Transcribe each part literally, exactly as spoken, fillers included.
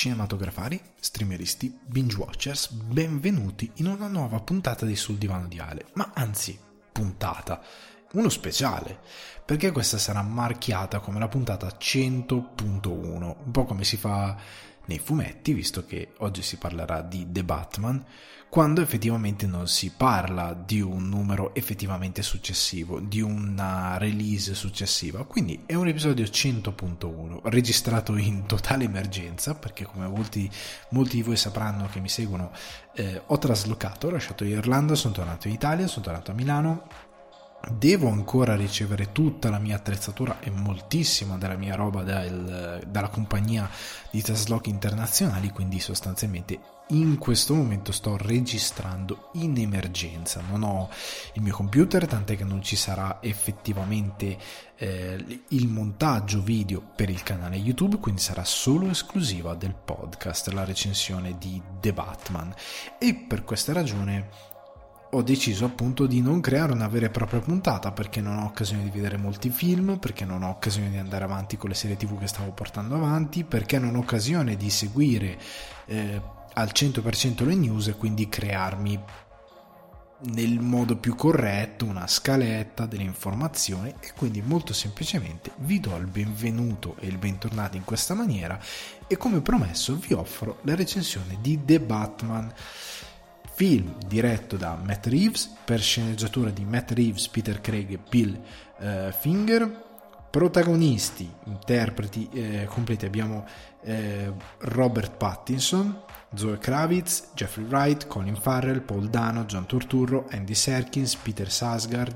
cinematografari, streameristi, binge watchers, benvenuti in una nuova puntata di Sul Divano di Ale, ma anzi, puntata, uno speciale, perché questa sarà marchiata come la puntata cento punto uno, un po' come si fa nei fumetti, visto che oggi si parlerà di The Batman, quando effettivamente non si parla di un numero effettivamente successivo, di una release successiva. Quindi è un episodio cento punto uno, registrato in totale emergenza, perché come molti, molti di voi sapranno che mi seguono, eh, ho traslocato, ho lasciato l'Irlanda, sono tornato in Italia, sono tornato a Milano. Devo ancora ricevere tutta la mia attrezzatura e moltissima della mia roba dal, dalla compagnia di traslochi internazionali, quindi sostanzialmente in questo momento sto registrando in emergenza. Non ho il mio computer, tant'è che non ci sarà effettivamente eh, il montaggio video per il canale YouTube, quindi sarà solo esclusiva del podcast, la recensione di The Batman. E per questa ragione ho deciso appunto di non creare una vera e propria puntata, perché non ho occasione di vedere molti film, perché non ho occasione di andare avanti con le serie tv che stavo portando avanti, perché non ho occasione di seguire eh, al cento per cento le news e quindi crearmi nel modo più corretto una scaletta delle informazioni, e quindi molto semplicemente vi do il benvenuto e il bentornato in questa maniera e come promesso vi offro la recensione di The Batman, film diretto da Matt Reeves per sceneggiatura di Matt Reeves, Peter Craig e Bill uh, Finger. Protagonisti, interpreti eh, completi abbiamo eh, Robert Pattinson, Zoe Kravitz, Jeffrey Wright, Colin Farrell, Paul Dano, John Turturro, Andy Serkis, Peter Sarsgaard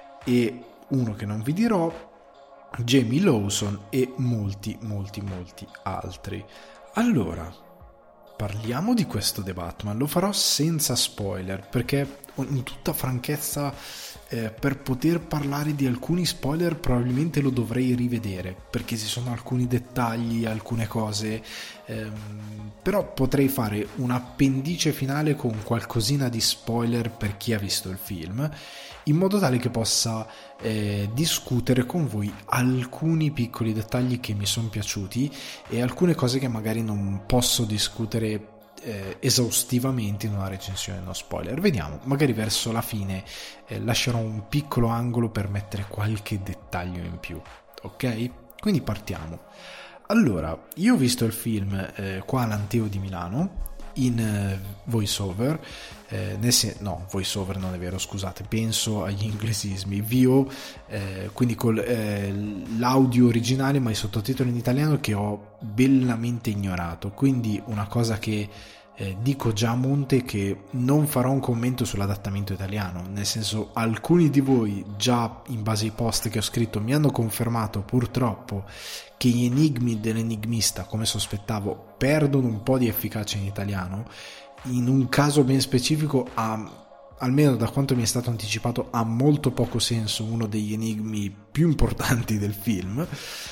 e uno che non vi dirò, Jamie Lawson e molti molti molti altri. Allora, parliamo di questo The Batman, lo farò senza spoiler perché in tutta franchezza eh, per poter parlare di alcuni spoiler probabilmente lo dovrei rivedere, perché ci sono alcuni dettagli, alcune cose, ehm, però potrei fare un appendice finale con qualcosina di spoiler per chi ha visto il film, in modo tale che possa eh, discutere con voi alcuni piccoli dettagli che mi sono piaciuti e alcune cose che magari non posso discutere eh, esaustivamente in una recensione no spoiler. Vediamo, magari verso la fine eh, lascerò un piccolo angolo per mettere qualche dettaglio in più, ok? Quindi partiamo. Allora, io ho visto il film eh, qua all'Anteo di Milano in uh, voice over, eh, nel sen- no, voice over non è vero, scusate, penso agli inglesismi, V O, eh, quindi con eh, l'audio originale ma i sottotitoli in italiano che ho bellamente ignorato, quindi una cosa che eh, dico già a monte, che non farò un commento sull'adattamento italiano, nel senso, alcuni di voi già in base ai post che ho scritto mi hanno confermato purtroppo che gli enigmi dell'enigmista, come sospettavo, perdono un po' di efficacia in italiano. In un caso ben specifico, ha, almeno da quanto mi è stato anticipato, ha molto poco senso uno degli enigmi più importanti del film,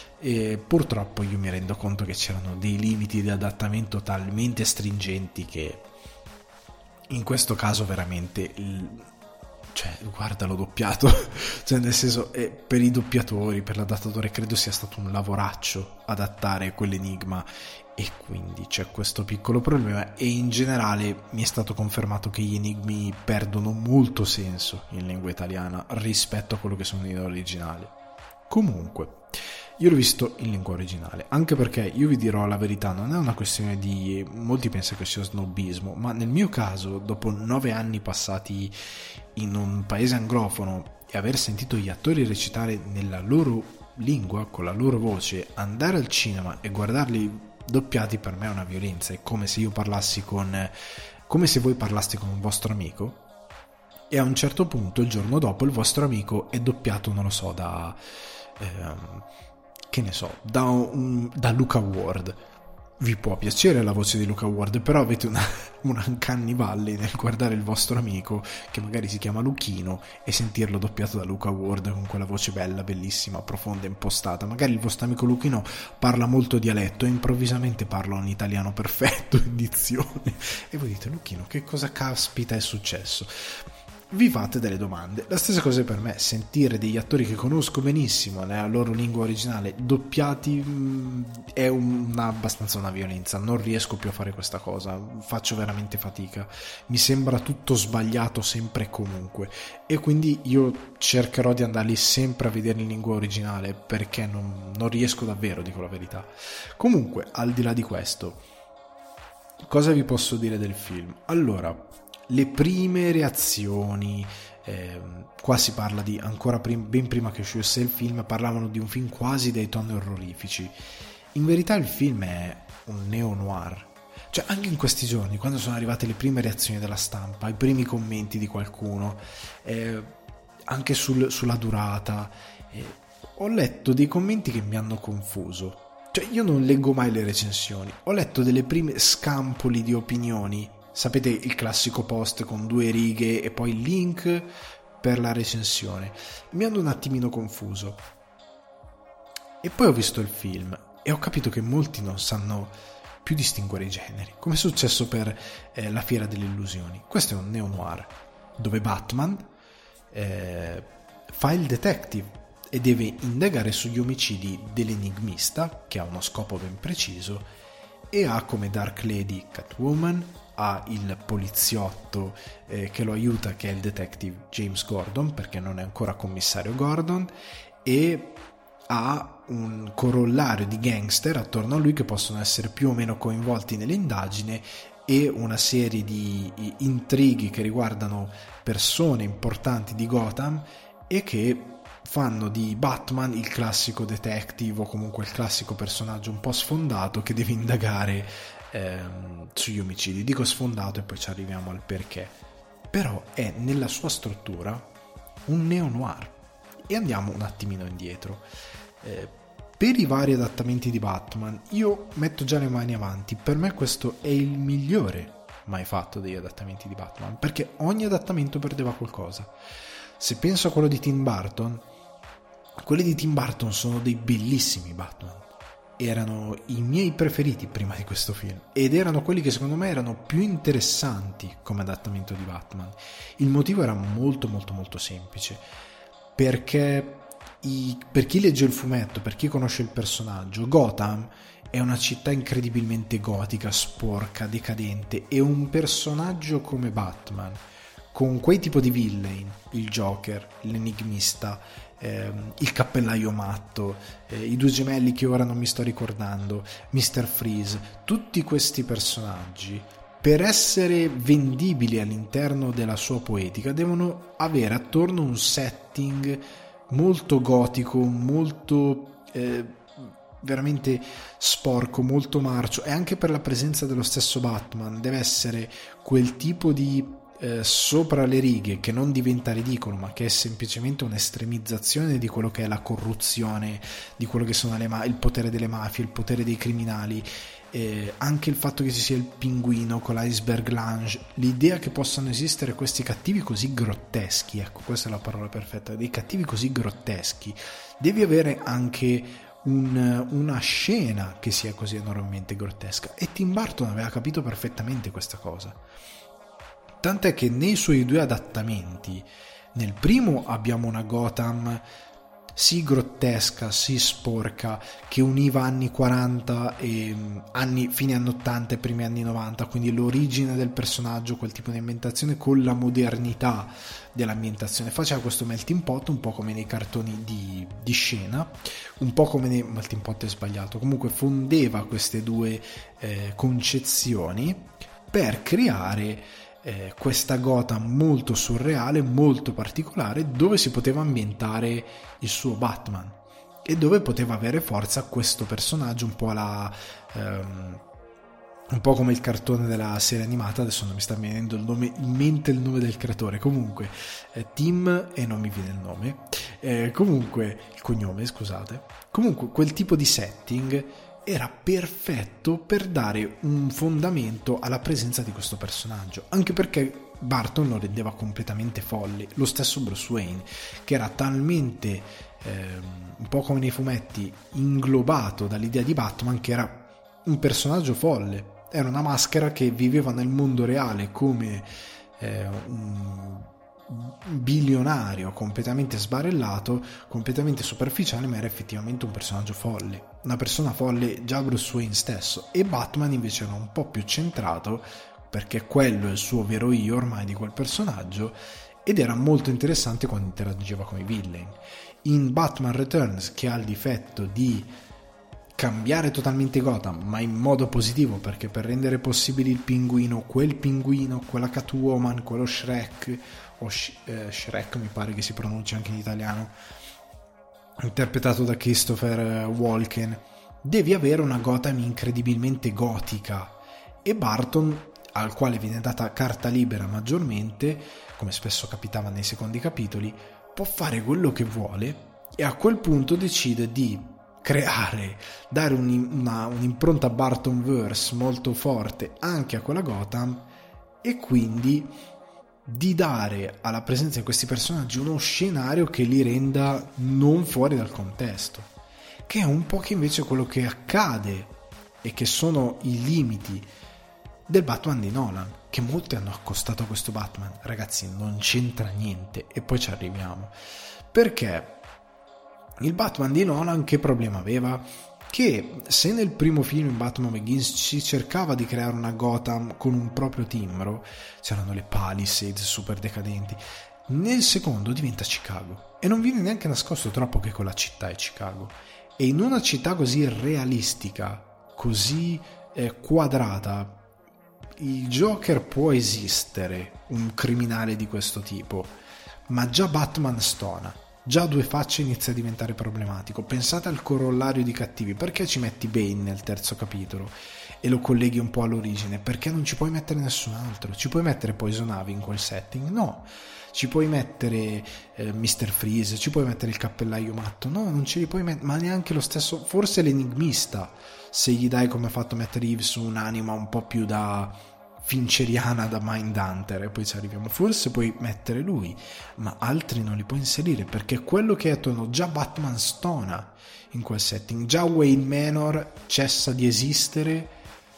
e purtroppo io mi rendo conto che c'erano dei limiti di adattamento talmente stringenti che in questo caso veramente il, cioè guarda, l'ho doppiato cioè nel senso, eh, per i doppiatori, per l'adattatore credo sia stato un lavoraccio adattare quell'enigma, e quindi c'è questo piccolo problema, e in generale mi è stato confermato che gli enigmi perdono molto senso in lingua italiana rispetto a quello che sono in originale. Comunque io l'ho visto in lingua originale, anche perché io vi dirò la verità, non è una questione di, molti pensano che sia snobismo, ma nel mio caso, dopo nove anni passati in un paese anglofono e aver sentito gli attori recitare nella loro lingua, con la loro voce, andare al cinema e guardarli doppiati per me è una violenza, è come se io parlassi con, come se voi parlaste con un vostro amico e a un certo punto il giorno dopo il vostro amico è doppiato, non lo so, da ehm, che ne so, da, un, da Luca Ward. Vi può piacere la voce di Luca Ward, però avete una, una uncanny valley nel guardare il vostro amico che magari si chiama Luchino e sentirlo doppiato da Luca Ward con quella voce bella, bellissima, profonda, impostata. Magari il vostro amico Luchino parla molto dialetto e improvvisamente parla un italiano perfetto in dizione e voi dite: Luchino, che cosa caspita è successo? vi fate delle domande. La stessa cosa per me, sentire degli attori che conosco benissimo nella loro lingua originale doppiati mh, è una, abbastanza una violenza. Non riesco più a fare questa cosa, faccio veramente fatica, mi sembra tutto sbagliato sempre e comunque, e quindi io cercherò di andarli sempre a vedere in lingua originale, perché non, non riesco davvero, dico la verità. Comunque, al di là di questo, cosa vi posso dire del film? Allora, le prime reazioni, eh, qua si parla di ancora prim- ben prima che uscisse il film, parlavano di un film quasi dai toni orrorifici. In verità il film è un neo-noir. Cioè, anche in questi giorni, quando sono arrivate le prime reazioni della stampa, i primi commenti di qualcuno, eh, anche sul, sulla durata, eh, ho letto dei commenti che mi hanno confuso. Cioè, io non leggo mai le recensioni, ho letto delle prime scampoli di opinioni. Sapete, il classico post con due righe e poi il link per la recensione. Mi hanno un attimino confuso. E poi ho visto il film e ho capito che molti non sanno più distinguere i generi, come è successo per eh, La Fiera delle Illusioni. Questo è un neo-noir, dove Batman eh, fa il detective e deve indagare sugli omicidi dell'enigmista, che ha uno scopo ben preciso, e ha come Dark Lady Catwoman, ha il poliziotto eh, che lo aiuta, che è il detective James Gordon, perché non è ancora commissario Gordon, e ha un corollario di gangster attorno a lui che possono essere più o meno coinvolti nell'indagine, e una serie di intrighi che riguardano persone importanti di Gotham e che fanno di Batman il classico detective, o comunque il classico personaggio un po' sfondato che deve indagare ehm, sugli omicidi. Dico sfondato e poi ci arriviamo al perché, però è nella sua struttura un neo-noir. E andiamo un attimino indietro. Eh, per i vari adattamenti di Batman io metto già le mani avanti, per me questo è il migliore mai fatto degli adattamenti di Batman, perché ogni adattamento perdeva qualcosa. Se penso a quello di Tim Burton, quelli di Tim Burton sono dei bellissimi Batman, erano i miei preferiti prima di questo film, ed erano quelli che secondo me erano più interessanti come adattamento di Batman. Il motivo era molto molto molto semplice, perché i, per chi legge il fumetto, per chi conosce il personaggio, Gotham è una città incredibilmente gotica, sporca, decadente, e un personaggio come Batman, con quei tipo di villain, il Joker, l'enigmista, ehm, il cappellaio matto, eh, i due gemelli che ora non mi sto ricordando, mister Freeze, tutti questi personaggi, per essere vendibili all'interno della sua poetica, devono avere attorno un setting molto gotico, molto eh, veramente sporco, molto marcio, e anche per la presenza dello stesso Batman deve essere quel tipo di eh, sopra le righe, che non diventa ridicolo, ma che è semplicemente un'estremizzazione di quello che è la corruzione, di quello che sono le ma- il potere delle mafie, il potere dei criminali. Eh, anche il fatto che ci sia il pinguino con l'iceberg lounge, l'idea che possano esistere questi cattivi così grotteschi, ecco, questa è la parola perfetta, dei cattivi così grotteschi, devi avere anche un, una scena che sia così enormemente grottesca, e Tim Burton aveva capito perfettamente questa cosa, tant'è che nei suoi due adattamenti, nel primo abbiamo una Gotham sì grottesca, sì sporca, che univa anni quaranta e anni, fine anni ottanta e primi anni novanta, quindi l'origine del personaggio, quel tipo di ambientazione, con la modernità dell'ambientazione. Faceva questo melting pot, un po' come nei cartoni di, di scena, un po' come nei melting pot è sbagliato, comunque fondeva queste due eh, concezioni per creare Eh, questa Gotham molto surreale, molto particolare, dove si poteva ambientare il suo Batman e dove poteva avere forza questo personaggio, un po' la ehm, un po' come il cartone della serie animata, adesso non mi sta venendo il nome in mente, il nome del creatore, comunque eh, Tim, e non mi viene il nome, eh, comunque il cognome, scusate, comunque quel tipo di setting era perfetto per dare un fondamento alla presenza di questo personaggio, anche perché Burton lo rendeva completamente folle, lo stesso Bruce Wayne, che era talmente ehm, un po' come nei fumetti inglobato dall'idea di Batman, che era un personaggio folle, era una maschera che viveva nel mondo reale come eh, un bilionario, completamente sbarellato, completamente superficiale, ma era effettivamente un personaggio folle, una persona folle già Bruce Wayne stesso. E Batman invece era un po' più centrato, perché quello è il suo vero io ormai di quel personaggio, ed era molto interessante quando interagiva con i villain. In Batman Returns, che ha il difetto di cambiare totalmente Gotham, ma in modo positivo, perché per rendere possibile il pinguino, quel pinguino, quella Catwoman, quello Shrek, o Sh- eh, Shrek mi pare che si pronunci anche in italiano, interpretato da Christopher Walken, devi avere una Gotham incredibilmente gotica, e Barton, al quale viene data carta libera maggiormente, come spesso capitava nei secondi capitoli, può fare quello che vuole, e a quel punto decide di creare, dare un, una, un'impronta Bartonverse molto forte anche a quella Gotham, e quindi di dare alla presenza di questi personaggi uno scenario che li renda non fuori dal contesto, che è un po' che invece quello che accade e che sono i limiti del Batman di Nolan, che molti hanno accostato a questo Batman. Ragazzi, non c'entra niente, e poi ci arriviamo, perché il Batman di Nolan che problema aveva? Che se nel primo film Batman Begins si cercava di creare una Gotham con un proprio timbro, c'erano le Palisades super decadenti, nel secondo diventa Chicago, e non viene neanche nascosto troppo che quella città è Chicago. E in una città così realistica, così eh, quadrata, il Joker può esistere, un criminale di questo tipo, ma già Batman stona, già a due facce inizia a diventare problematico. Pensate al corollario di cattivi: perché ci metti Bane nel terzo capitolo e lo colleghi un po' all'origine? Perché non ci puoi mettere nessun altro? Ci puoi mettere Poison Ivy in quel setting? No. Ci puoi mettere eh, mister Freeze, ci puoi mettere il cappellaio matto? No, non ce li puoi mettere, ma neanche lo stesso, forse l'enigmista, se gli dai, come ha fatto Matt Reeves, un'anima un po' più da fincheriana, da Mindhunter, e poi ci arriviamo, forse puoi mettere lui, ma altri non li puoi inserire, perché quello che è già Batman stona in quel setting, già Wayne Manor cessa di esistere,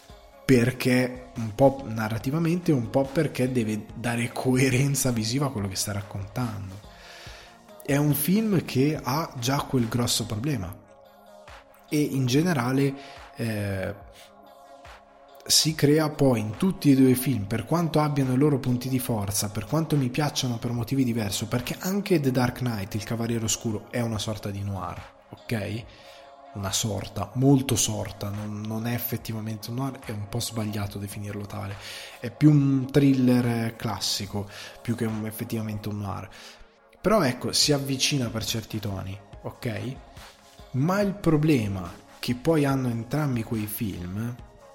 perché un po' narrativamente, un po' perché deve dare coerenza visiva a quello che sta raccontando. È un film che ha già quel grosso problema, e in generale eh, si crea poi in tutti e due i film, per quanto abbiano i loro punti di forza, per quanto mi piacciono per motivi diversi, perché anche The Dark Knight, il Cavaliere Oscuro, è una sorta di noir, ok? Una sorta, molto sorta, non, non è effettivamente un noir, è un po' sbagliato definirlo tale, è più un thriller classico più che un, effettivamente un noir, però ecco, si avvicina per certi toni, ok? Ma il problema che poi hanno entrambi quei film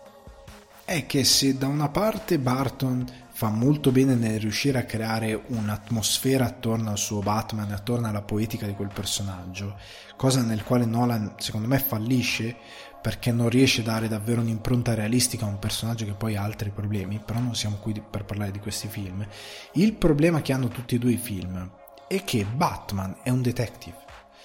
è che se da una parte Barton fa molto bene nel riuscire a creare un'atmosfera attorno al suo Batman, attorno alla poetica di quel personaggio, cosa nel quale Nolan secondo me fallisce, perché non riesce a dare davvero un'impronta realistica a un personaggio che poi ha altri problemi, però non siamo qui per parlare di questi film. Il problema che hanno tutti e due i film è che Batman è un detective.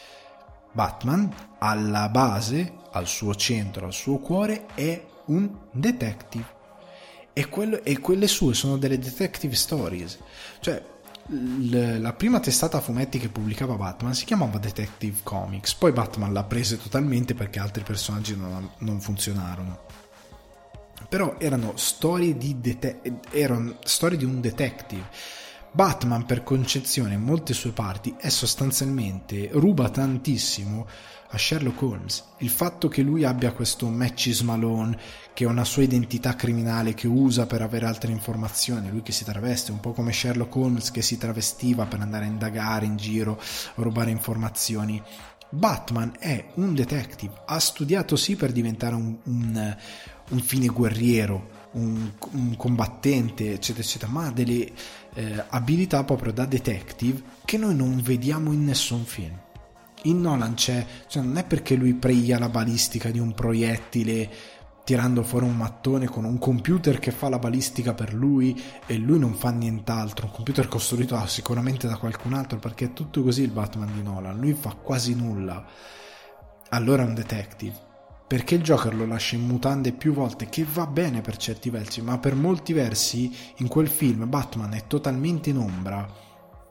Batman alla base, al suo centro, al suo cuore, è un detective, e, quello, e quelle sue sono delle detective stories. Cioè l- la prima testata a fumetti che pubblicava Batman si chiamava Detective Comics, poi Batman l'ha prese totalmente perché altri personaggi non, non funzionarono, però erano storie di, dete- erano storie di un detective. Batman, per concezione, in molte sue parti è sostanzialmente, ruba tantissimo a Sherlock Holmes. Il fatto che lui abbia questo Matches Malone, che è una sua identità criminale che usa per avere altre informazioni, lui che si traveste un po' come Sherlock Holmes che si travestiva per andare a indagare in giro, rubare informazioni. Batman è un detective, ha studiato sì per diventare un, un, un fine guerriero, un, un combattente, eccetera eccetera, ma ha delle eh, abilità proprio da detective che noi non vediamo in nessun film. In Nolan c'è, cioè non è perché lui preglia la balistica di un proiettile tirando fuori un mattone con un computer che fa la balistica per lui e lui non fa nient'altro, un computer costruito sicuramente da qualcun altro, perché è tutto così il Batman di Nolan, lui fa quasi nulla, allora è un detective. Perché il Joker lo lascia in mutande più volte, che va bene per certi versi, ma per molti versi in quel film Batman è totalmente in ombra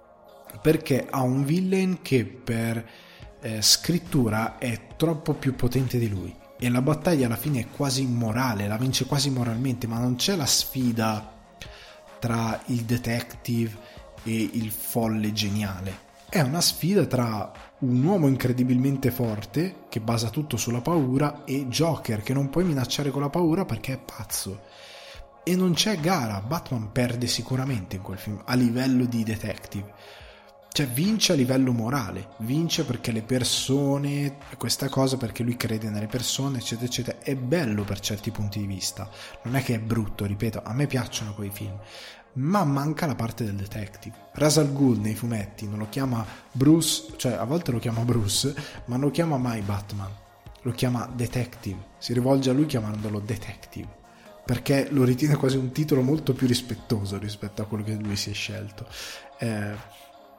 perché ha un villain che per eh, scrittura è troppo più potente di lui e la battaglia alla fine è quasi immorale, la vince quasi moralmente, ma non c'è la sfida tra il detective e il folle geniale. È una sfida tra un uomo incredibilmente forte che basa tutto sulla paura e Joker che non puoi minacciare con la paura perché è pazzo. E non c'è gara, Batman perde sicuramente in quel film a livello di detective. Cioè vince a livello morale, vince perché le persone, questa cosa perché lui crede nelle persone, eccetera eccetera. È bello per certi punti di vista, non è che è brutto, ripeto, a me piacciono quei film, ma manca la parte del detective. Ra's al Ghul nei fumetti non lo chiama Bruce, cioè a volte lo chiama Bruce, ma non lo chiama mai Batman, lo chiama detective, si rivolge a lui chiamandolo detective, perché lo ritiene quasi un titolo molto più rispettoso rispetto a quello che lui si è scelto. Eh,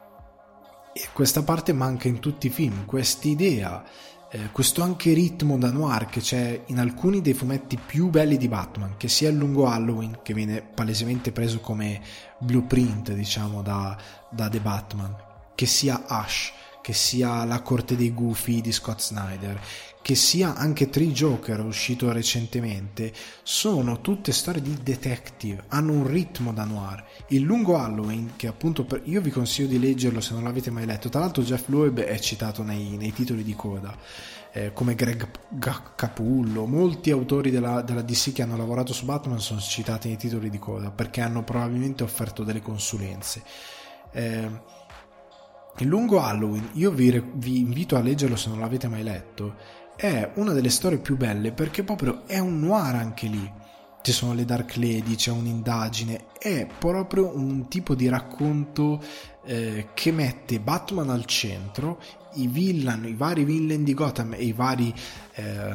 e questa parte manca in tutti i film, quest'idea, eh, questo anche ritmo da noir che c'è in alcuni dei fumetti più belli di Batman, che sia il lungo Halloween, che viene palesemente preso come blueprint, diciamo, da, da The Batman, che sia Ash, che sia La Corte dei Gufi di Scott Snyder, che sia anche Three Joker uscito recentemente, sono tutte storie di detective, hanno un ritmo da noir. Il lungo Halloween, che appunto per, io vi consiglio di leggerlo se non l'avete mai letto, tra l'altro Jeff Loeb è citato nei, nei titoli di coda, eh, come Greg Capullo, molti autori della, della D C che hanno lavorato su Batman sono citati nei titoli di coda perché hanno probabilmente offerto delle consulenze. eh, Il lungo Halloween, io vi, vi invito a leggerlo se non l'avete mai letto, è una delle storie più belle perché proprio è un noir anche lì. Ci sono le Dark Lady, c'è un'indagine, è proprio un tipo di racconto eh, che mette Batman al centro, i villain, i vari villain di Gotham e i vari eh,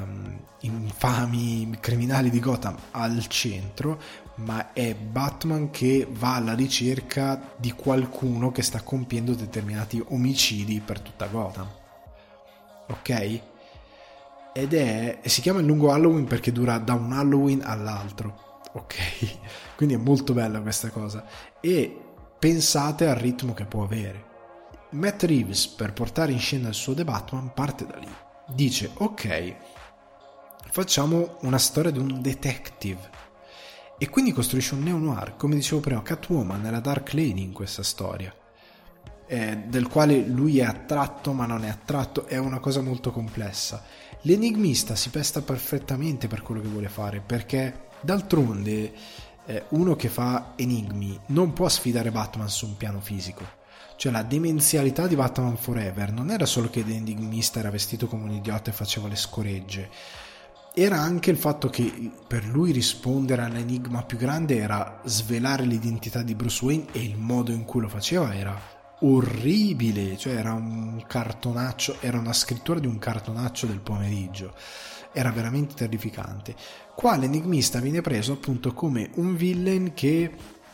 infami criminali di Gotham al centro, ma è Batman che va alla ricerca di qualcuno che sta compiendo determinati omicidi per tutta Gotham, ok? Ed è, si chiama il lungo Halloween perché dura da un Halloween all'altro, ok? Quindi è molto bella questa cosa e pensate al ritmo che può avere. Matt Reeves, per portare in scena il suo The Batman, parte da lì, dice ok, facciamo una storia di un detective e quindi costruisce un neo-noir, come dicevo prima. Catwoman è la Dark Lady in questa storia, eh, del quale lui è attratto ma non è attratto, è una cosa molto complessa. L'enigmista si presta perfettamente per quello che vuole fare, perché d'altronde eh, uno che fa enigmi non può sfidare Batman su un piano fisico. Cioè la demenzialità di Batman Forever non era solo che l'enigmista era vestito come un idiota e faceva le scoregge, era anche il fatto che per lui rispondere all'enigma più grande era svelare l'identità di Bruce Wayne, e il modo in cui lo faceva era orribile, cioè era un cartonaccio, era una scrittura di un cartonaccio del pomeriggio, era veramente terrificante. Qua l'enigmista viene preso appunto come un villain che,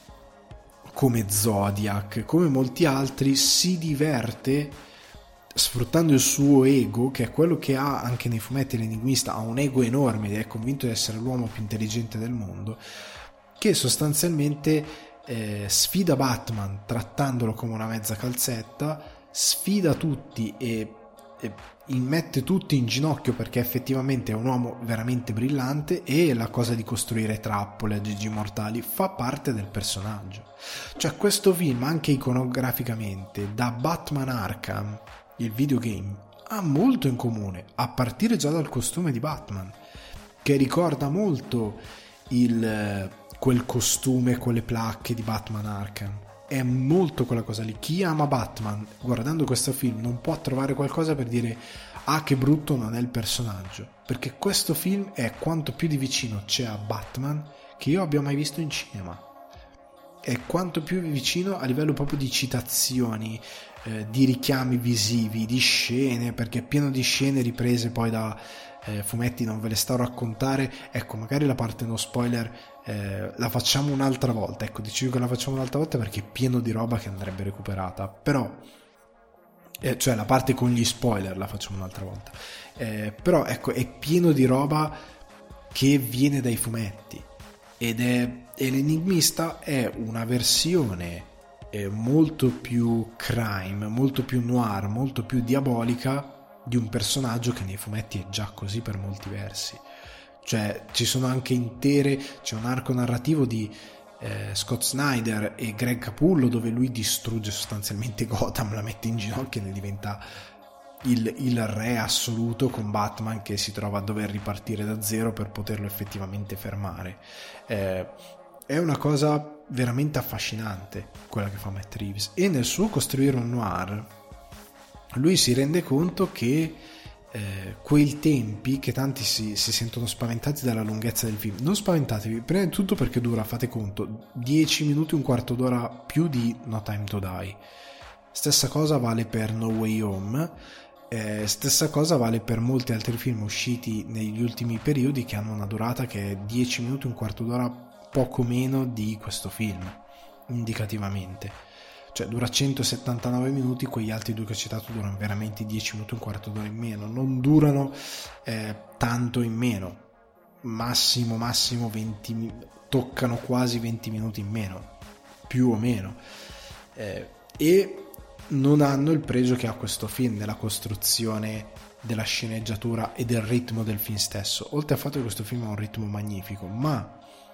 come Zodiac, come molti altri, si diverte sfruttando il suo ego, che è quello che ha anche nei fumetti. L'enigmista ha un ego enorme ed è convinto di essere l'uomo più intelligente del mondo, che sostanzialmente eh, sfida Batman trattandolo come una mezza calzetta, sfida tutti e, e mette tutti in ginocchio perché effettivamente è un uomo veramente brillante, e la cosa di costruire trappole a Gigi mortali fa parte del personaggio. Cioè questo film, anche iconograficamente, da Batman Arkham, il videogame, ha molto in comune, a partire già dal costume di Batman, che ricorda molto il, quel costume, quelle placche di Batman Arkham. È molto quella cosa lì. Chi ama Batman guardando questo film non può trovare qualcosa per dire ah che brutto non è il personaggio, perché questo film è quanto più di vicino c'è a Batman che io abbia mai visto in cinema. È quanto più vicino a livello proprio di citazioni, eh, di richiami visivi, di scene, perché è pieno di scene riprese poi da eh, fumetti, non ve le sto a raccontare. Ecco, magari la parte no spoiler eh, la facciamo un'altra volta, ecco, dicevo che la facciamo un'altra volta perché è pieno di roba che andrebbe recuperata, però eh, cioè la parte con gli spoiler la facciamo un'altra volta, eh, però ecco, è pieno di roba che viene dai fumetti, ed è e l'enigmista è una versione eh, molto più crime, molto più noir, molto più diabolica di un personaggio che nei fumetti è già così per molti versi. Cioè ci sono anche intere, c'è un arco narrativo di eh, Scott Snyder e Greg Capullo dove lui distrugge sostanzialmente Gotham, la mette in ginocchio e ne diventa il, il re assoluto, con Batman che si trova a dover ripartire da zero per poterlo effettivamente fermare. Eh, è una cosa veramente affascinante quella che fa Matt Reeves, e nel suo costruire un noir lui si rende conto che eh, quei tempi che tanti si, si sentono spaventati dalla lunghezza del film, non spaventatevi, prima di tutto perché dura, fate conto, dieci minuti, un quarto d'ora più di No Time to Die. Stessa cosa vale per No Way Home, eh, stessa cosa vale per molti altri film usciti negli ultimi periodi che hanno una durata che è dieci minuti, un quarto d'ora, poco meno di questo film indicativamente. Cioè dura centosettantanove minuti, quegli altri due che ho citato durano veramente dieci minuti, un quarto d'ora in meno, non durano eh, tanto in meno, massimo massimo venti, toccano quasi venti minuti in meno, più o meno, eh, e non hanno il pregio che ha questo film nella costruzione della sceneggiatura e del ritmo del film stesso, oltre al fatto che questo film ha un ritmo magnifico. Ma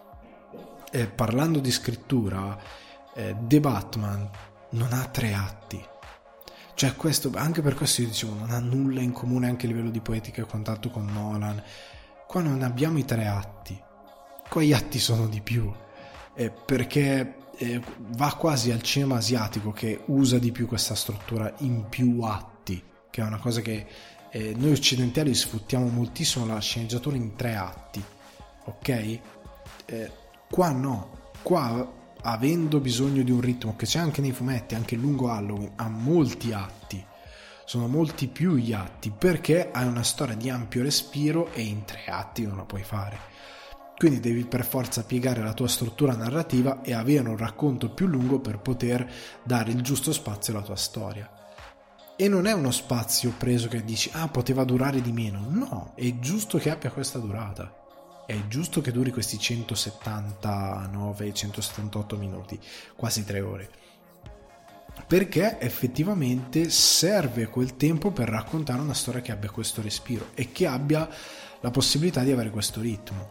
eh, parlando di scrittura, eh, The Batman non ha tre atti, cioè questo, anche per questo io dicevo, non ha nulla in comune anche a livello di poetica e contatto con Nolan. Qua non abbiamo i tre atti, qua gli atti sono di più, eh, perché eh, va quasi al cinema asiatico che usa di più questa struttura in più atti, che è una cosa che eh, noi occidentali sfruttiamo moltissimo, la sceneggiatura in tre atti, ok? Eh, qua no, qua avendo bisogno di un ritmo che c'è anche nei fumetti, anche il lungo Halloween ha molti atti, sono molti più gli atti, perché hai una storia di ampio respiro e in tre atti non la puoi fare, quindi devi per forza piegare la tua struttura narrativa e avere un racconto più lungo per poter dare il giusto spazio alla tua storia. E non è uno spazio preso che dici ah poteva durare di meno, no, è giusto che abbia questa durata, è giusto che duri questi centosettantanove centosettantotto minuti, quasi tre ore, perché effettivamente serve quel tempo per raccontare una storia che abbia questo respiro e che abbia la possibilità di avere questo ritmo.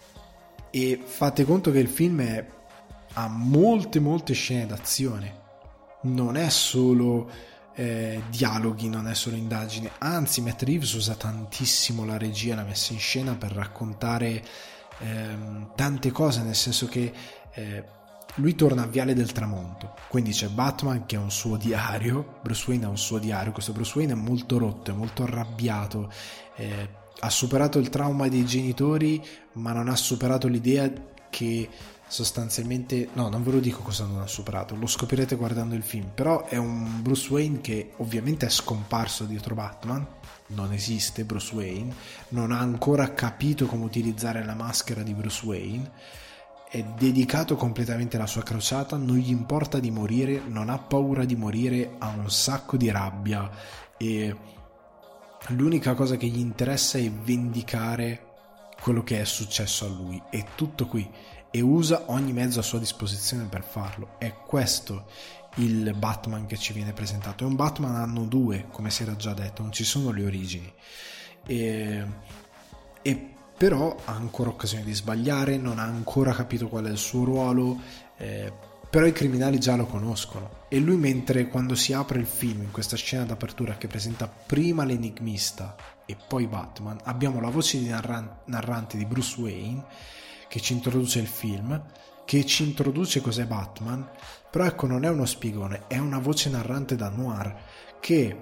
E fate conto che il film è, ha molte molte scene d'azione, non è solo Eh, dialoghi, non è solo indagine, anzi Matt Reeves usa tantissimo la regia, la messa in scena per raccontare ehm, tante cose, nel senso che eh, lui torna a Viale del Tramonto, quindi c'è Batman che ha un suo diario, Bruce Wayne ha un suo diario, questo Bruce Wayne è molto rotto, è molto arrabbiato, eh, ha superato il trauma dei genitori ma non ha superato l'idea che sostanzialmente, no, non ve lo dico cosa non ha superato, lo scoprirete guardando il film, però è un Bruce Wayne che ovviamente è scomparso dietro Batman, non esiste Bruce Wayne, non ha ancora capito come utilizzare la maschera di Bruce Wayne, è dedicato completamente alla sua crociata, non gli importa di morire, non ha paura di morire, ha un sacco di rabbia e l'unica cosa che gli interessa è vendicare quello che è successo a lui, è tutto qui, e usa ogni mezzo a sua disposizione per farlo. È questo il Batman che ci viene presentato, è un Batman anno due, come si era già detto, non ci sono le origini, e, e però ha ancora occasione di sbagliare, non ha ancora capito qual è il suo ruolo, eh, però i criminali già lo conoscono, e lui, mentre quando si apre il film, in questa scena d'apertura che presenta prima l'enigmista e poi Batman, abbiamo la voce di narran- narrante di Bruce Wayne che ci introduce il film, che ci introduce cos'è Batman, però ecco, non è uno spiegone, è una voce narrante da noir, che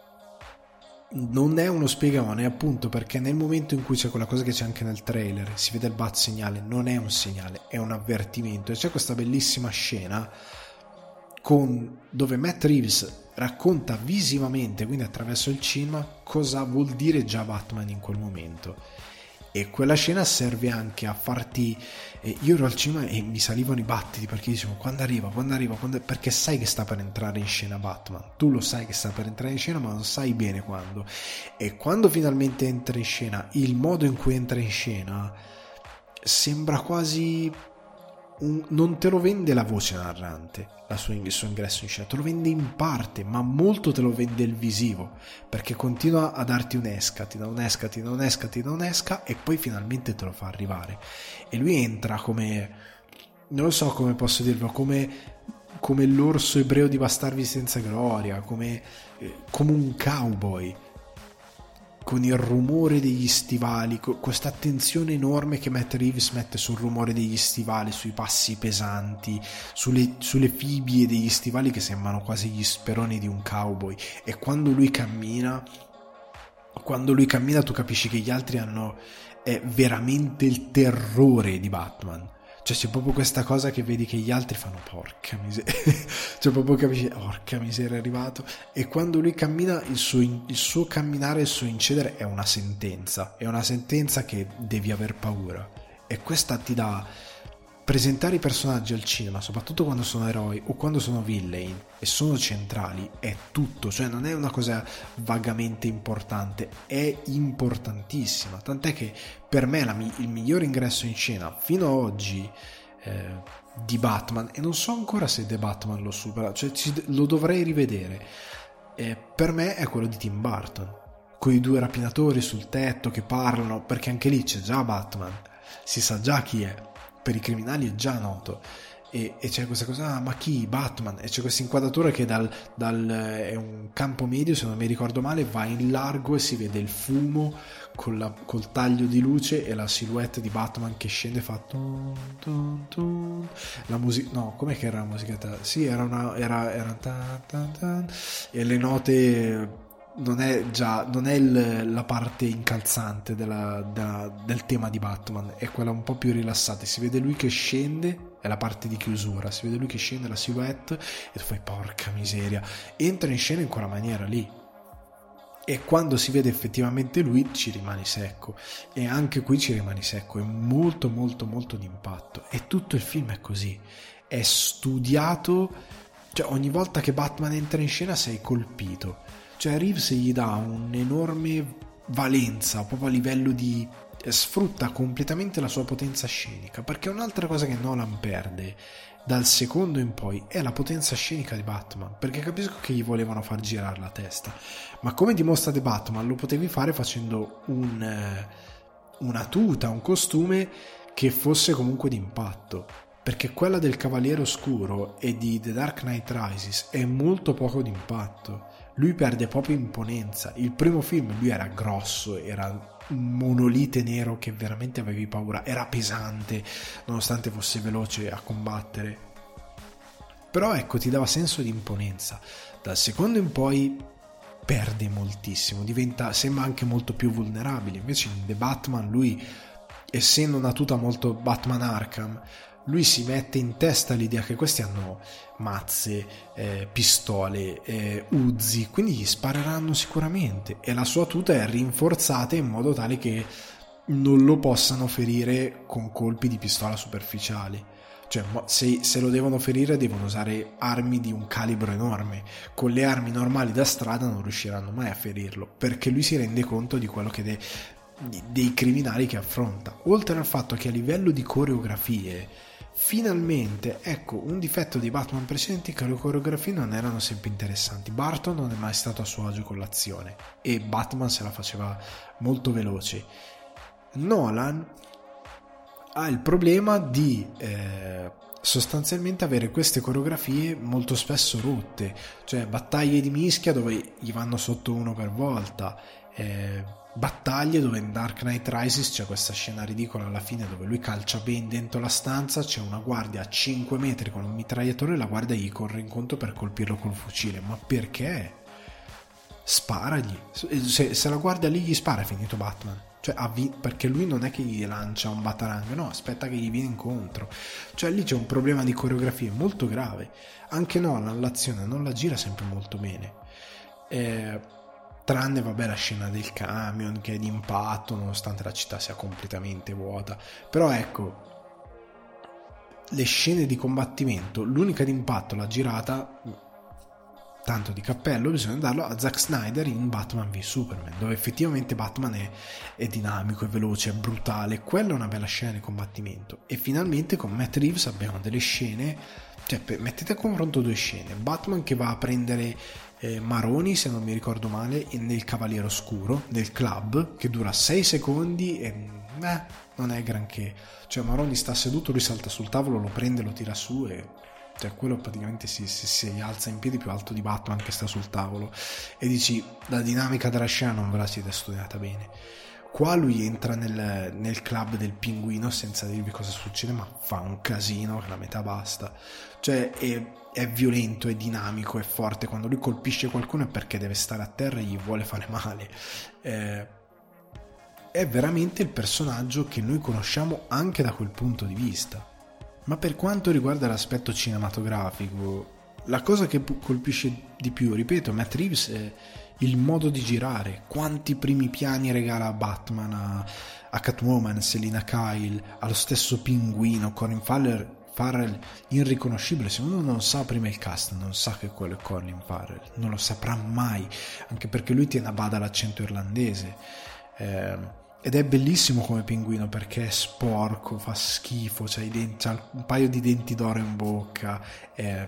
non è uno spiegone, appunto perché nel momento in cui c'è quella cosa che c'è anche nel trailer, si vede il bat segnale, non è un segnale, è un avvertimento, e c'è questa bellissima scena con, dove Matt Reeves racconta visivamente, quindi attraverso il cinema, cosa vuol dire già Batman in quel momento. E quella scena serve anche a farti, eh, io ero al cinema e mi salivano i battiti perché dicevo quando arriva, quando arriva, quando... perché sai che sta per entrare in scena Batman, tu lo sai che sta per entrare in scena ma non sai bene quando, e quando finalmente entra in scena, il modo in cui entra in scena sembra quasi un, non te lo vende la voce narrante, la sua, il suo ingresso in scena, te lo vende in parte, ma molto te lo vende il visivo, perché continua a darti un'esca, ti dà un'esca, ti dà un'esca, ti dà un'esca, e poi finalmente te lo fa arrivare. E lui entra come, non lo so come posso dirlo, come, come l'orso ebreo di Bastardi senza gloria, come, eh, come un cowboy, con il rumore degli stivali, con questa attenzione enorme che Matt Reeves mette sul rumore degli stivali, sui passi pesanti, sulle, sulle fibbie degli stivali che sembrano quasi gli speroni di un cowboy. E quando lui cammina, quando lui cammina tu capisci che gli altri hanno eh, veramente il terrore di Batman. Cioè c'è proprio questa cosa che vedi che gli altri fanno porca miseria, cioè proprio capisci, porca miseria, è arrivato. E quando lui cammina, il suo, il suo camminare, il suo incedere è una sentenza, è una sentenza che devi aver paura. E questa ti dà, presentare i personaggi al cinema, soprattutto quando sono eroi o quando sono villain e sono centrali, è tutto, cioè non è una cosa vagamente importante, è importantissima, tant'è che per me la, il miglior ingresso in scena fino ad oggi eh, di Batman, e non so ancora se The Batman lo supera, cioè ci, lo dovrei rivedere, eh, per me è quello di Tim Burton, con i due rapinatori sul tetto che parlano, perché anche lì c'è già Batman, si sa già chi è, per i criminali è già noto, e, e c'è questa cosa, ah, ma chi? Batman, e c'è questa inquadratura che dal, dal è un campo medio, se non mi ricordo male, va in largo e si vede il fumo con la, col taglio di luce e la silhouette di Batman che scende e fa tun, tun, tun. La musica, no, com'è che era la musica? Sì, era una era, era tan, tan, tan, e le note non è già non è il, la parte incalzante della, della, del tema di Batman, è quella un po' più rilassata, si vede lui che scende, è la parte di chiusura, si vede lui che scende, la silhouette, e tu fai porca miseria, entra in scena in quella maniera lì, e quando si vede effettivamente lui ci rimani secco, e anche qui ci rimani secco, è molto molto molto d'impatto, e tutto il film è così, è studiato, cioè ogni volta che Batman entra in scena sei colpito. Cioè Reeves gli dà un'enorme valenza proprio a livello di, sfrutta completamente la sua potenza scenica, perché un'altra cosa che Nolan perde dal secondo in poi è la potenza scenica di Batman, perché capisco che gli volevano far girare la testa, ma come dimostra The Batman lo potevi fare facendo un, una tuta, un costume che fosse comunque d'impatto, perché quella del Cavaliere Oscuro e di The Dark Knight Rises è molto poco d'impatto. Lui perde proprio imponenza. Il primo film lui era grosso, era un monolite nero che veramente avevi paura, era pesante nonostante fosse veloce a combattere, però ecco, ti dava senso di imponenza. Dal secondo in poi perde moltissimo, diventa, sembra anche molto più vulnerabile. Invece in The Batman lui, essendo una tuta molto Batman Arkham, lui si mette in testa l'idea che questi hanno mazze, eh, pistole, eh, Uzi, quindi gli spareranno sicuramente, e la sua tuta è rinforzata in modo tale che non lo possano ferire con colpi di pistola superficiali. Cioè se, se lo devono ferire devono usare armi di un calibro enorme, con le armi normali da strada non riusciranno mai a ferirlo, perché lui si rende conto di quello che de, di, dei criminali che affronta, oltre al fatto che a livello di coreografie finalmente, ecco, un difetto dei Batman precedenti, che le coreografie non erano sempre interessanti. Burton non è mai stato a suo agio con l'azione e Batman se la faceva molto veloce. Nolan ha il problema di eh, sostanzialmente avere queste coreografie molto spesso rotte, cioè battaglie di mischia dove gli vanno sotto uno per volta, eh, battaglie dove in Dark Knight Rises c'è questa scena ridicola alla fine dove lui calcia Ben dentro la stanza, c'è una guardia a cinque metri con un mitragliatore e la guardia gli corre incontro per colpirlo col fucile. Ma perché? Sparagli, se, se la guardia lì gli spara è finito Batman, cioè perché lui non è che gli lancia un batarang, no, aspetta che gli viene incontro, cioè lì c'è un problema di coreografia molto grave. Anche Nolan l'azione non la gira sempre molto bene, eh, tranne vabbè la scena del camion che è d'impatto nonostante la città sia completamente vuota, però ecco, le scene di combattimento, l'unica d'impatto l'ha girata tanto di cappello, bisogna darlo a Zack Snyder in Batman v Superman, dove effettivamente Batman è, è dinamico, è veloce, è brutale. Quella è una bella scena di combattimento. E finalmente con Matt Reeves abbiamo delle scene, cioè mettete a confronto due scene: Batman che va a prendere eh, Maroni, se non mi ricordo male, nel Cavaliere Oscuro, nel club, che dura sei secondi e beh, non è granché. Cioè Maroni sta seduto, lui salta sul tavolo, lo prende, lo tira su e cioè quello praticamente si, si, si alza in piedi più alto di Batman che sta sul tavolo, e dici la dinamica della scena non ve la siete studiata bene. Qua lui entra nel, nel club del Pinguino senza dirvi cosa succede, ma fa un casino che la metà basta. Cioè è, è violento, è dinamico, è forte. Quando lui colpisce qualcuno è perché deve stare a terra e gli vuole fare male. eh, è veramente il personaggio che noi conosciamo anche da quel punto di vista. Ma per quanto riguarda l'aspetto cinematografico, la cosa che colpisce di più, ripeto, Matt Reeves, è il modo di girare. Quanti primi piani regala a Batman, a, a Catwoman, Selina Kyle, allo stesso Pinguino, Colin Farrell, Farrell irriconoscibile. Se uno non sa prima il cast, non sa che quello è Colin Farrell, non lo saprà mai, anche perché lui tiene a bada l'accento irlandese. Eh, ed è bellissimo come Pinguino perché è sporco, fa schifo, c'ha, i denti, c'ha un paio di denti d'oro in bocca, è,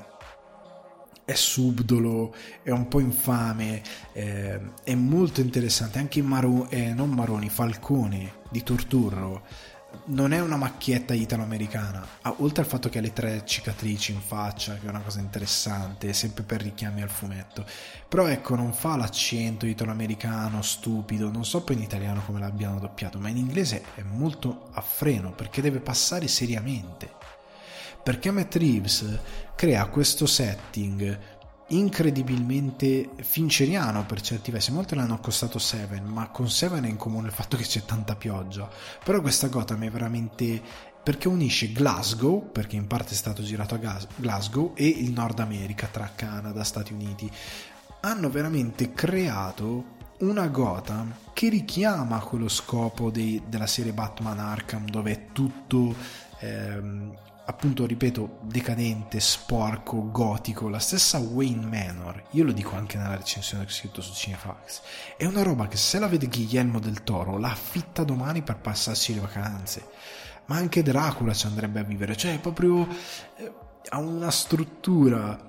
è subdolo, è un po' infame, è, è molto interessante. Anche Maro, eh, non Maroni, Falcone di Turturro non è una macchietta italo-americana, ah, oltre al fatto che ha le tre cicatrici in faccia, che è una cosa interessante, sempre per richiami al fumetto, però ecco, non fa l'accento italo-americano stupido. Non so poi in italiano come l'abbiano doppiato, ma in inglese è molto a freno perché deve passare seriamente, perché Matt Reeves crea questo setting incredibilmente fincheriano per certi versi. Molto l'hanno accostato Seven, ma con Seven è in comune il fatto che c'è tanta pioggia. Però questa Gotham è veramente, perché unisce Glasgow, perché in parte è stato girato a Glasgow, e il Nord America tra Canada, Stati Uniti. Hanno veramente creato una Gotham che richiama quello scopo dei, della serie Batman Arkham, dove è tutto ehm, appunto, ripeto, decadente, sporco, gotico. La stessa Wayne Manor, io lo dico anche nella recensione che ho scritto su Cinefax, è una roba che se la vede Guillermo del Toro la affitta domani per passarsi le vacanze. Ma anche Dracula ci andrebbe a vivere, cioè proprio eh, ha una struttura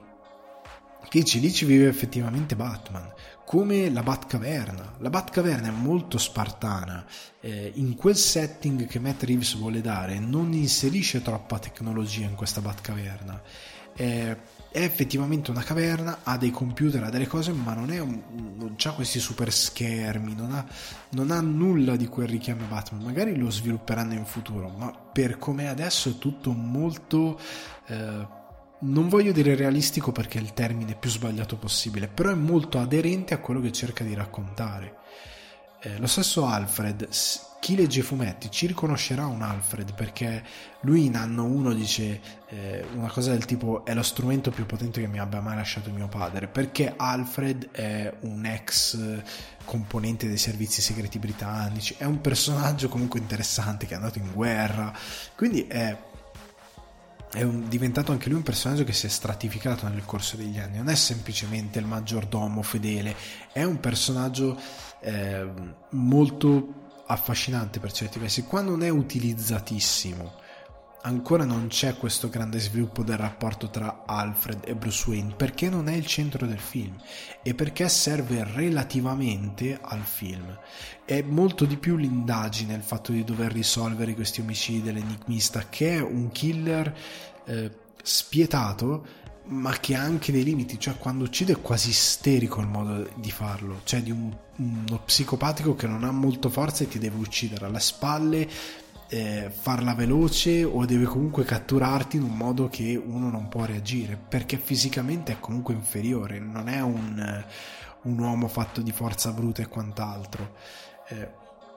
che ci, lì ci vive effettivamente Batman, come la Batcaverna. La Batcaverna è molto spartana, eh, in quel setting che Matt Reeves vuole dare non inserisce troppa tecnologia in questa Batcaverna. Eh, è effettivamente una caverna, ha dei computer, ha delle cose, ma non è un, non c'ha questi super schermi, non ha, non ha nulla di quel richiamo a Batman. Magari lo svilupperanno in futuro, ma per com'è adesso è tutto molto eh, non voglio dire realistico perché è il termine più sbagliato possibile, però è molto aderente a quello che cerca di raccontare. Eh, lo stesso Alfred, chi legge i fumetti ci riconoscerà un Alfred, perché lui in anno uno dice eh, una cosa del tipo: è lo strumento più potente che mi abbia mai lasciato mio padre, perché Alfred è un ex componente dei servizi segreti britannici, è un personaggio comunque interessante che è andato in guerra, quindi è è un, diventato anche lui un personaggio che si è stratificato nel corso degli anni. Non è semplicemente il maggiordomo fedele, è un personaggio eh, molto affascinante per certi versi. Qua non è utilizzatissimo, ancora non c'è questo grande sviluppo del rapporto tra Alfred e Bruce Wayne, perché non è il centro del film e perché serve relativamente al film. È molto di più l'indagine, il fatto di dover risolvere questi omicidi dell'enigmista, che è un killer eh, spietato, ma che ha anche dei limiti. Cioè, quando uccide è quasi isterico il modo di farlo, cioè di un, uno psicopatico che non ha molto forza e ti deve uccidere alle spalle, eh, farla veloce, o deve comunque catturarti in un modo che uno non può reagire, perché fisicamente è comunque inferiore, non è un, un uomo fatto di forza bruta e quant'altro. Eh,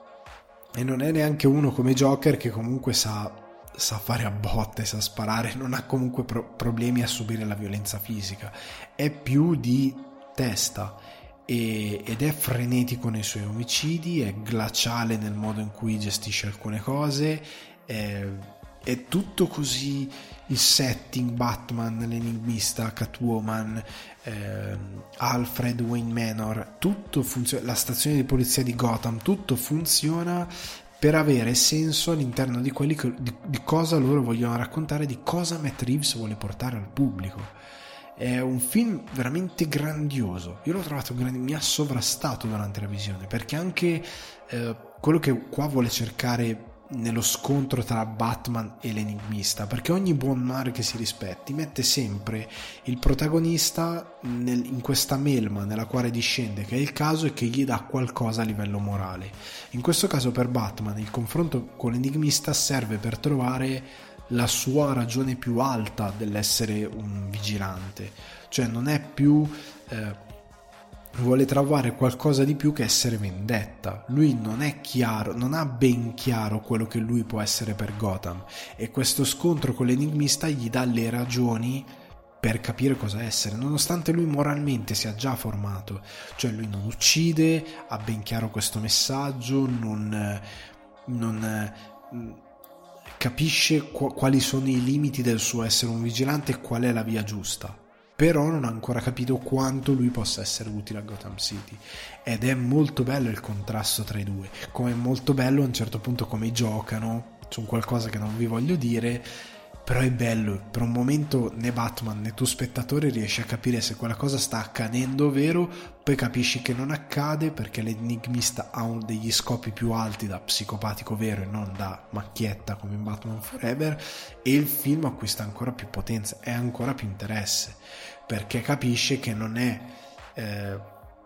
e non è neanche uno come Joker che comunque sa, sa fare a botte, sa sparare, non ha comunque pro- problemi a subire la violenza fisica, è più di testa e, ed è frenetico nei suoi omicidi, è glaciale nel modo in cui gestisce alcune cose, è, è tutto così, il setting, Batman, l'enigmista, Catwoman, ehm, Alfred, Wayne Manor, tutto funziona, la stazione di polizia di Gotham, tutto funziona per avere senso all'interno di quelli che, di, di cosa loro vogliono raccontare, di cosa Matt Reeves vuole portare al pubblico. È un film veramente grandioso, io l'ho trovato grande, mi ha sovrastato durante la visione, perché anche eh, quello che qua vuole cercare nello scontro tra Batman e l'enigmista, perché ogni buon mare che si rispetti mette sempre il protagonista nel, in questa melma nella quale discende, che è il caso, e che gli dà qualcosa a livello morale. In questo caso per Batman il confronto con l'enigmista serve per trovare la sua ragione più alta dell'essere un vigilante, cioè non è più eh, vuole trovare qualcosa di più che essere vendetta. Lui non è chiaro, non ha ben chiaro quello che lui può essere per Gotham, e questo scontro con l'enigmista gli dà le ragioni per capire cosa essere, nonostante lui moralmente sia già formato, cioè lui non uccide, ha ben chiaro questo messaggio, non, non capisce qu- quali sono i limiti del suo essere un vigilante e qual è la via giusta, però non ha ancora capito quanto lui possa essere utile a Gotham City. Ed è molto bello il contrasto tra i due, come è molto bello a un certo punto come giocano su qualcosa che non vi voglio dire, però è bello, per un momento né Batman né tu spettatore riesci a capire se quella cosa sta accadendo vero, poi capisci che non accade perché l'enigmista ha un degli scopi più alti da psicopatico vero e non da macchietta come in Batman Forever, e il film acquista ancora più potenza e ancora più interesse, perché capisce che non è eh,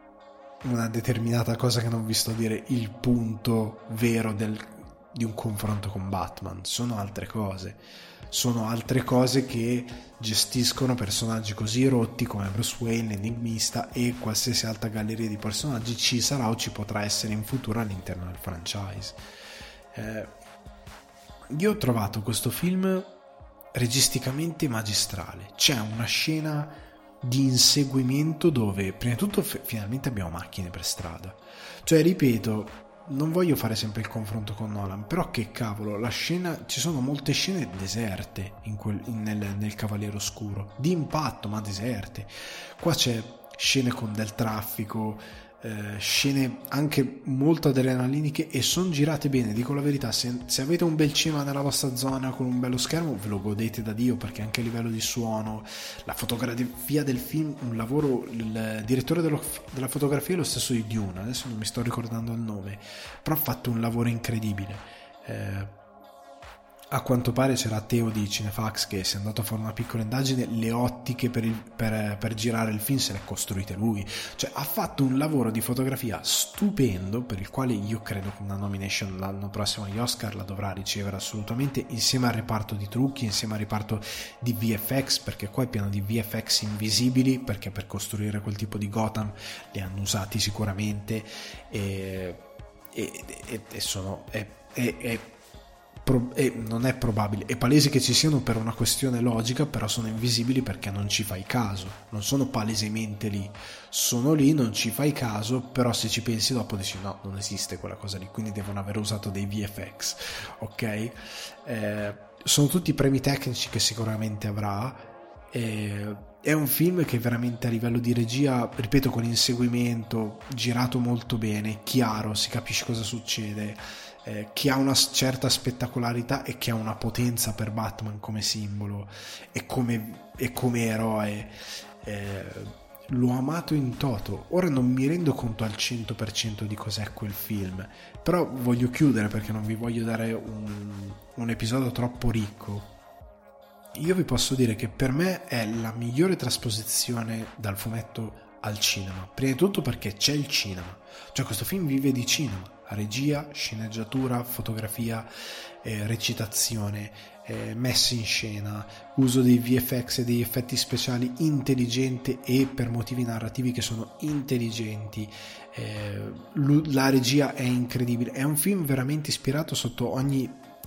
una determinata cosa che non vi sto a dire il punto vero del, di un confronto con Batman, sono altre cose. Sono altre cose che gestiscono personaggi così rotti come Bruce Wayne, l'enigmista e qualsiasi altra galleria di personaggi ci sarà o ci potrà essere in futuro all'interno del franchise. Eh, io ho trovato questo film registicamente magistrale. C'è una scena di inseguimento dove prima di tutto f- finalmente abbiamo macchine per strada. Cioè, ripeto, non voglio fare sempre il confronto con Nolan, però che cavolo, la scena, ci sono molte scene deserte in quel, in, nel, nel Cavaliere Oscuro, di impatto ma deserte. Qua c'è scene con del traffico, eh, scene anche molto adrenaliniche e sono girate bene, dico la verità. Se, se avete un bel cinema nella vostra zona con un bello schermo ve lo godete da Dio, perché anche a livello di suono, la fotografia del film, un lavoro, il direttore dello, della fotografia è lo stesso di Dune, adesso non mi sto ricordando il nome, però ha fatto un lavoro incredibile. eh, A quanto pare c'era Teo di Cinefax che si è andato a fare una piccola indagine, le ottiche per, il, per, per girare il film se le ha costruite lui, cioè ha fatto un lavoro di fotografia stupendo, per il quale io credo che una nomination l'anno prossimo agli Oscar la dovrà ricevere assolutamente, insieme al reparto di trucchi, insieme al reparto di V F X, perché qua è pieno di V F X invisibili, perché per costruire quel tipo di Gotham li hanno usati sicuramente, e, e, e, e sono è, è, è Pro- e non è probabile, è palese che ci siano per una questione logica, però sono invisibili perché non ci fai caso, non sono palesemente lì, sono lì, non ci fai caso, però se ci pensi dopo dici no, non esiste quella cosa lì, quindi devono aver usato dei V F X, ok? Eh, sono tutti premi tecnici che sicuramente avrà. eh, È un film che veramente a livello di regia, ripeto, con inseguimento, girato molto bene, chiaro, si capisce cosa succede, eh, che ha una certa spettacolarità e che ha una potenza per Batman come simbolo e come, e come eroe. Eh, l'ho amato in toto. Ora non mi rendo conto al cento per cento di cos'è quel film, però voglio chiudere perché non vi voglio dare un, un episodio troppo ricco. Io vi posso dire che per me è la migliore trasposizione dal fumetto al cinema, prima di tutto perché c'è il cinema, cioè questo film vive di cinema, regia, sceneggiatura, fotografia, eh, recitazione, eh, messa in scena, uso dei V F X e degli effetti speciali intelligente e per motivi narrativi che sono intelligenti. Eh, la regia è incredibile, è un film veramente ispirato sotto ogni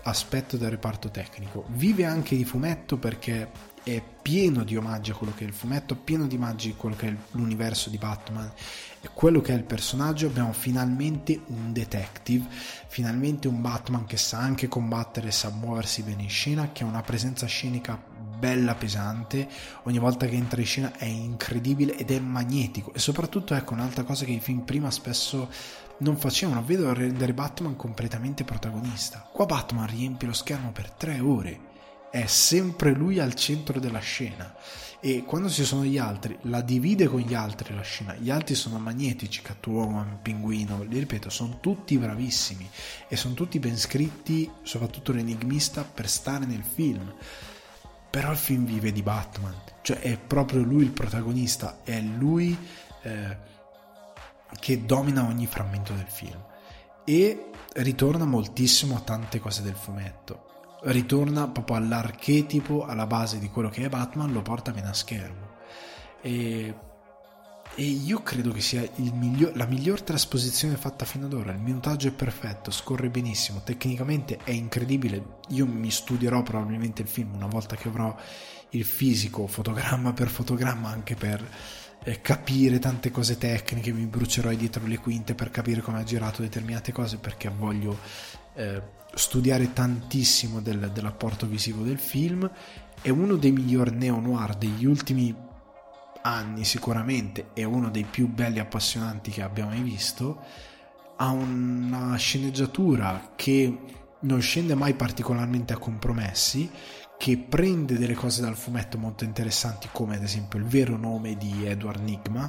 aspetto del reparto tecnico, vive anche di fumetto perché è pieno di omaggi a quello che è il fumetto, pieno di omaggi a quello che è l'universo di Batman e quello che è il personaggio. Abbiamo finalmente un detective, finalmente un Batman che sa anche combattere, sa muoversi bene in scena, che ha una presenza scenica bella pesante, ogni volta che entra in scena è incredibile ed è magnetico. E soprattutto, ecco, un'altra cosa che i film prima spesso non facevano, vedo rendere Batman completamente protagonista. Qua Batman riempie lo schermo per tre ore, è sempre lui al centro della scena, e quando ci sono gli altri la divide con gli altri la scena. Gli altri sono magnetici, Catwoman, Pinguino, li ripeto, sono tutti bravissimi e sono tutti ben scritti, soprattutto l'enigmista, per stare nel film. Però il film vive di Batman, cioè è proprio lui il protagonista, è lui eh, che domina ogni frammento del film, e ritorna moltissimo a tante cose del fumetto. Ritorna proprio all'archetipo, alla base di quello che è Batman, lo porta bene a schermo, e, e io credo che sia il miglior, la miglior trasposizione fatta fino ad ora. Il minutaggio è perfetto, scorre benissimo, tecnicamente è incredibile. Io mi studierò probabilmente il film una volta che avrò il fisico, fotogramma per fotogramma, anche per eh, capire tante cose tecniche. Mi brucerò dietro le quinte per capire come ha girato determinate cose, perché voglio eh, studiare tantissimo del, dell'apporto visivo del film. È uno dei miglior neo-noir degli ultimi anni sicuramente, è uno dei più belli e appassionanti che abbiamo mai visto. Ha una sceneggiatura che non scende mai particolarmente a compromessi, che prende delle cose dal fumetto molto interessanti, come ad esempio il vero nome di Edward Nygma,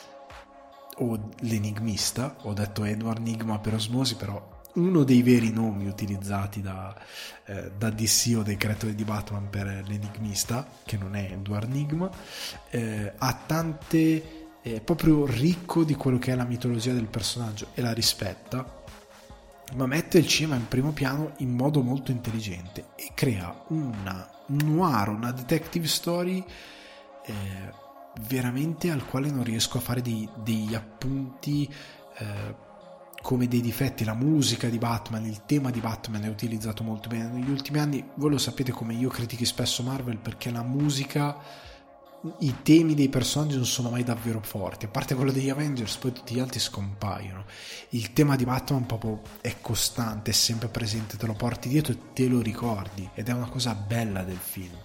o l'enigmista. Ho detto Edward Nygma per osmosi, però uno dei veri nomi utilizzati da, eh, da D C o dei creatori di Batman per l'enigmista, che non è Edward Nygma, eh, ha tante, è proprio ricco di quello che è la mitologia del personaggio e la rispetta, ma mette il cinema in primo piano in modo molto intelligente e crea una noir, una detective story eh, veramente al quale non riesco a fare dei, degli appunti eh, come dei difetti. La musica di Batman, il tema di Batman è utilizzato molto bene negli ultimi anni. Voi lo sapete come io critichi spesso Marvel, perché la musica, i temi dei personaggi non sono mai davvero forti, a parte quello degli Avengers, poi tutti gli altri scompaiono. Il tema di Batman proprio è costante, è sempre presente, te lo porti dietro e te lo ricordi, ed è una cosa bella del film.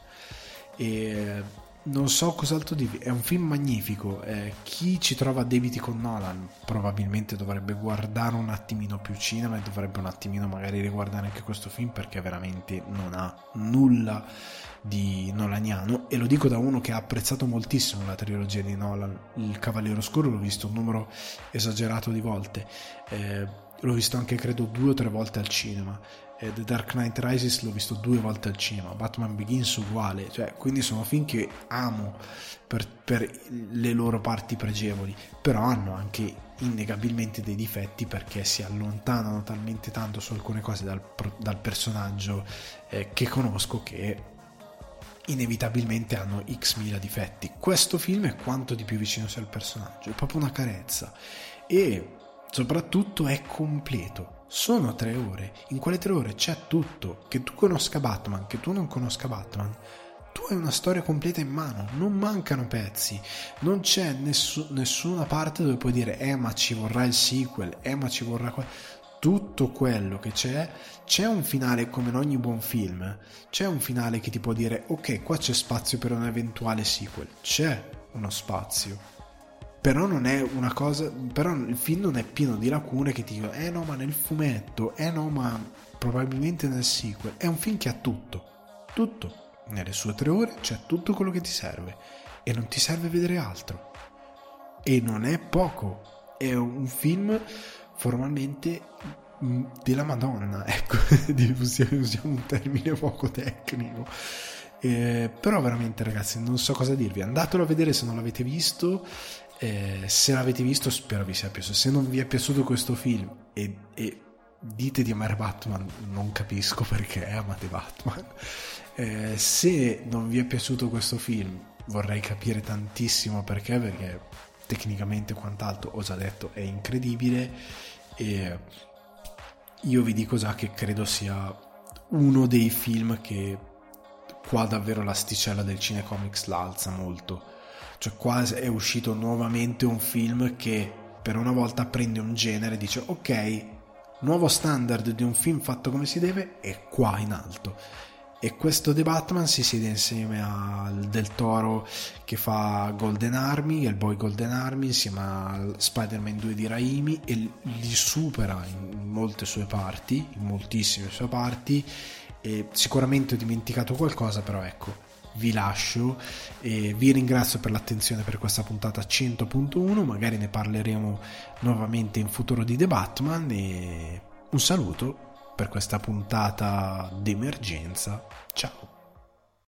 E non so cos'altro dirvi, è un film magnifico. Eh, chi ci trova debiti con Nolan probabilmente dovrebbe guardare un attimino più cinema e dovrebbe un attimino magari riguardare anche questo film, perché veramente non ha nulla di nolaniano, e lo dico da uno che ha apprezzato moltissimo la trilogia di Nolan. Il Cavaliere Oscuro l'ho visto un numero esagerato di volte, eh, l'ho visto anche credo due o tre volte al cinema. The Dark Knight Rises l'ho visto due volte al cinema, Batman Begins uguale, cioè, quindi sono film che amo per, per le loro parti pregevoli, però hanno anche innegabilmente dei difetti, perché si allontanano talmente tanto su alcune cose dal, dal personaggio eh, che conosco, che inevitabilmente hanno x mila difetti. Questo film è quanto di più vicino sia al personaggio, è proprio una carezza, e soprattutto è completo. Sono tre ore, in quelle tre ore c'è tutto. Che tu conosca Batman, che tu non conosca Batman, tu hai una storia completa in mano, non mancano pezzi, non c'è nessu- nessuna parte dove puoi dire eh ma ci vorrà il sequel, eh ma ci vorrà que-". Tutto quello che c'è, c'è un finale, come in ogni buon film, c'è un finale che ti può dire ok, qua c'è spazio per un eventuale sequel, c'è uno spazio. Però non è una cosa, però il film non è pieno di lacune che ti dicono eh no ma nel fumetto, eh no ma probabilmente nel sequel. È un film che ha tutto, tutto, nelle sue tre ore c'è tutto quello che ti serve, e non ti serve vedere altro, e non è poco. È un film formalmente della Madonna, ecco, usiamo un termine poco tecnico. Eh, però veramente ragazzi, non so cosa dirvi, andatelo a vedere se non l'avete visto. Eh, se l'avete visto spero vi sia piaciuto. Se non vi è piaciuto questo film e, e dite di amare Batman, non capisco perché amate Batman. Eh, se non vi è piaciuto questo film, vorrei capire tantissimo perché, perché tecnicamente quant'altro ho già detto è incredibile, e io vi dico già che credo sia uno dei film che qua davvero l'asticella del cinecomics l'alza molto. Cioè qua è uscito nuovamente un film che per una volta prende un genere e dice ok, nuovo standard di un film fatto come si deve è qua in alto. E questo The Batman si siede insieme al Del Toro che fa Golden Army, il Boy Golden Army, insieme al Spider-Man due di Raimi, e li supera in molte sue parti, in moltissime sue parti. E sicuramente ho dimenticato qualcosa, però ecco, vi lascio e vi ringrazio per l'attenzione per questa puntata cento punto uno. Magari ne parleremo nuovamente in futuro di The Batman, e un saluto per questa puntata d'emergenza. Ciao.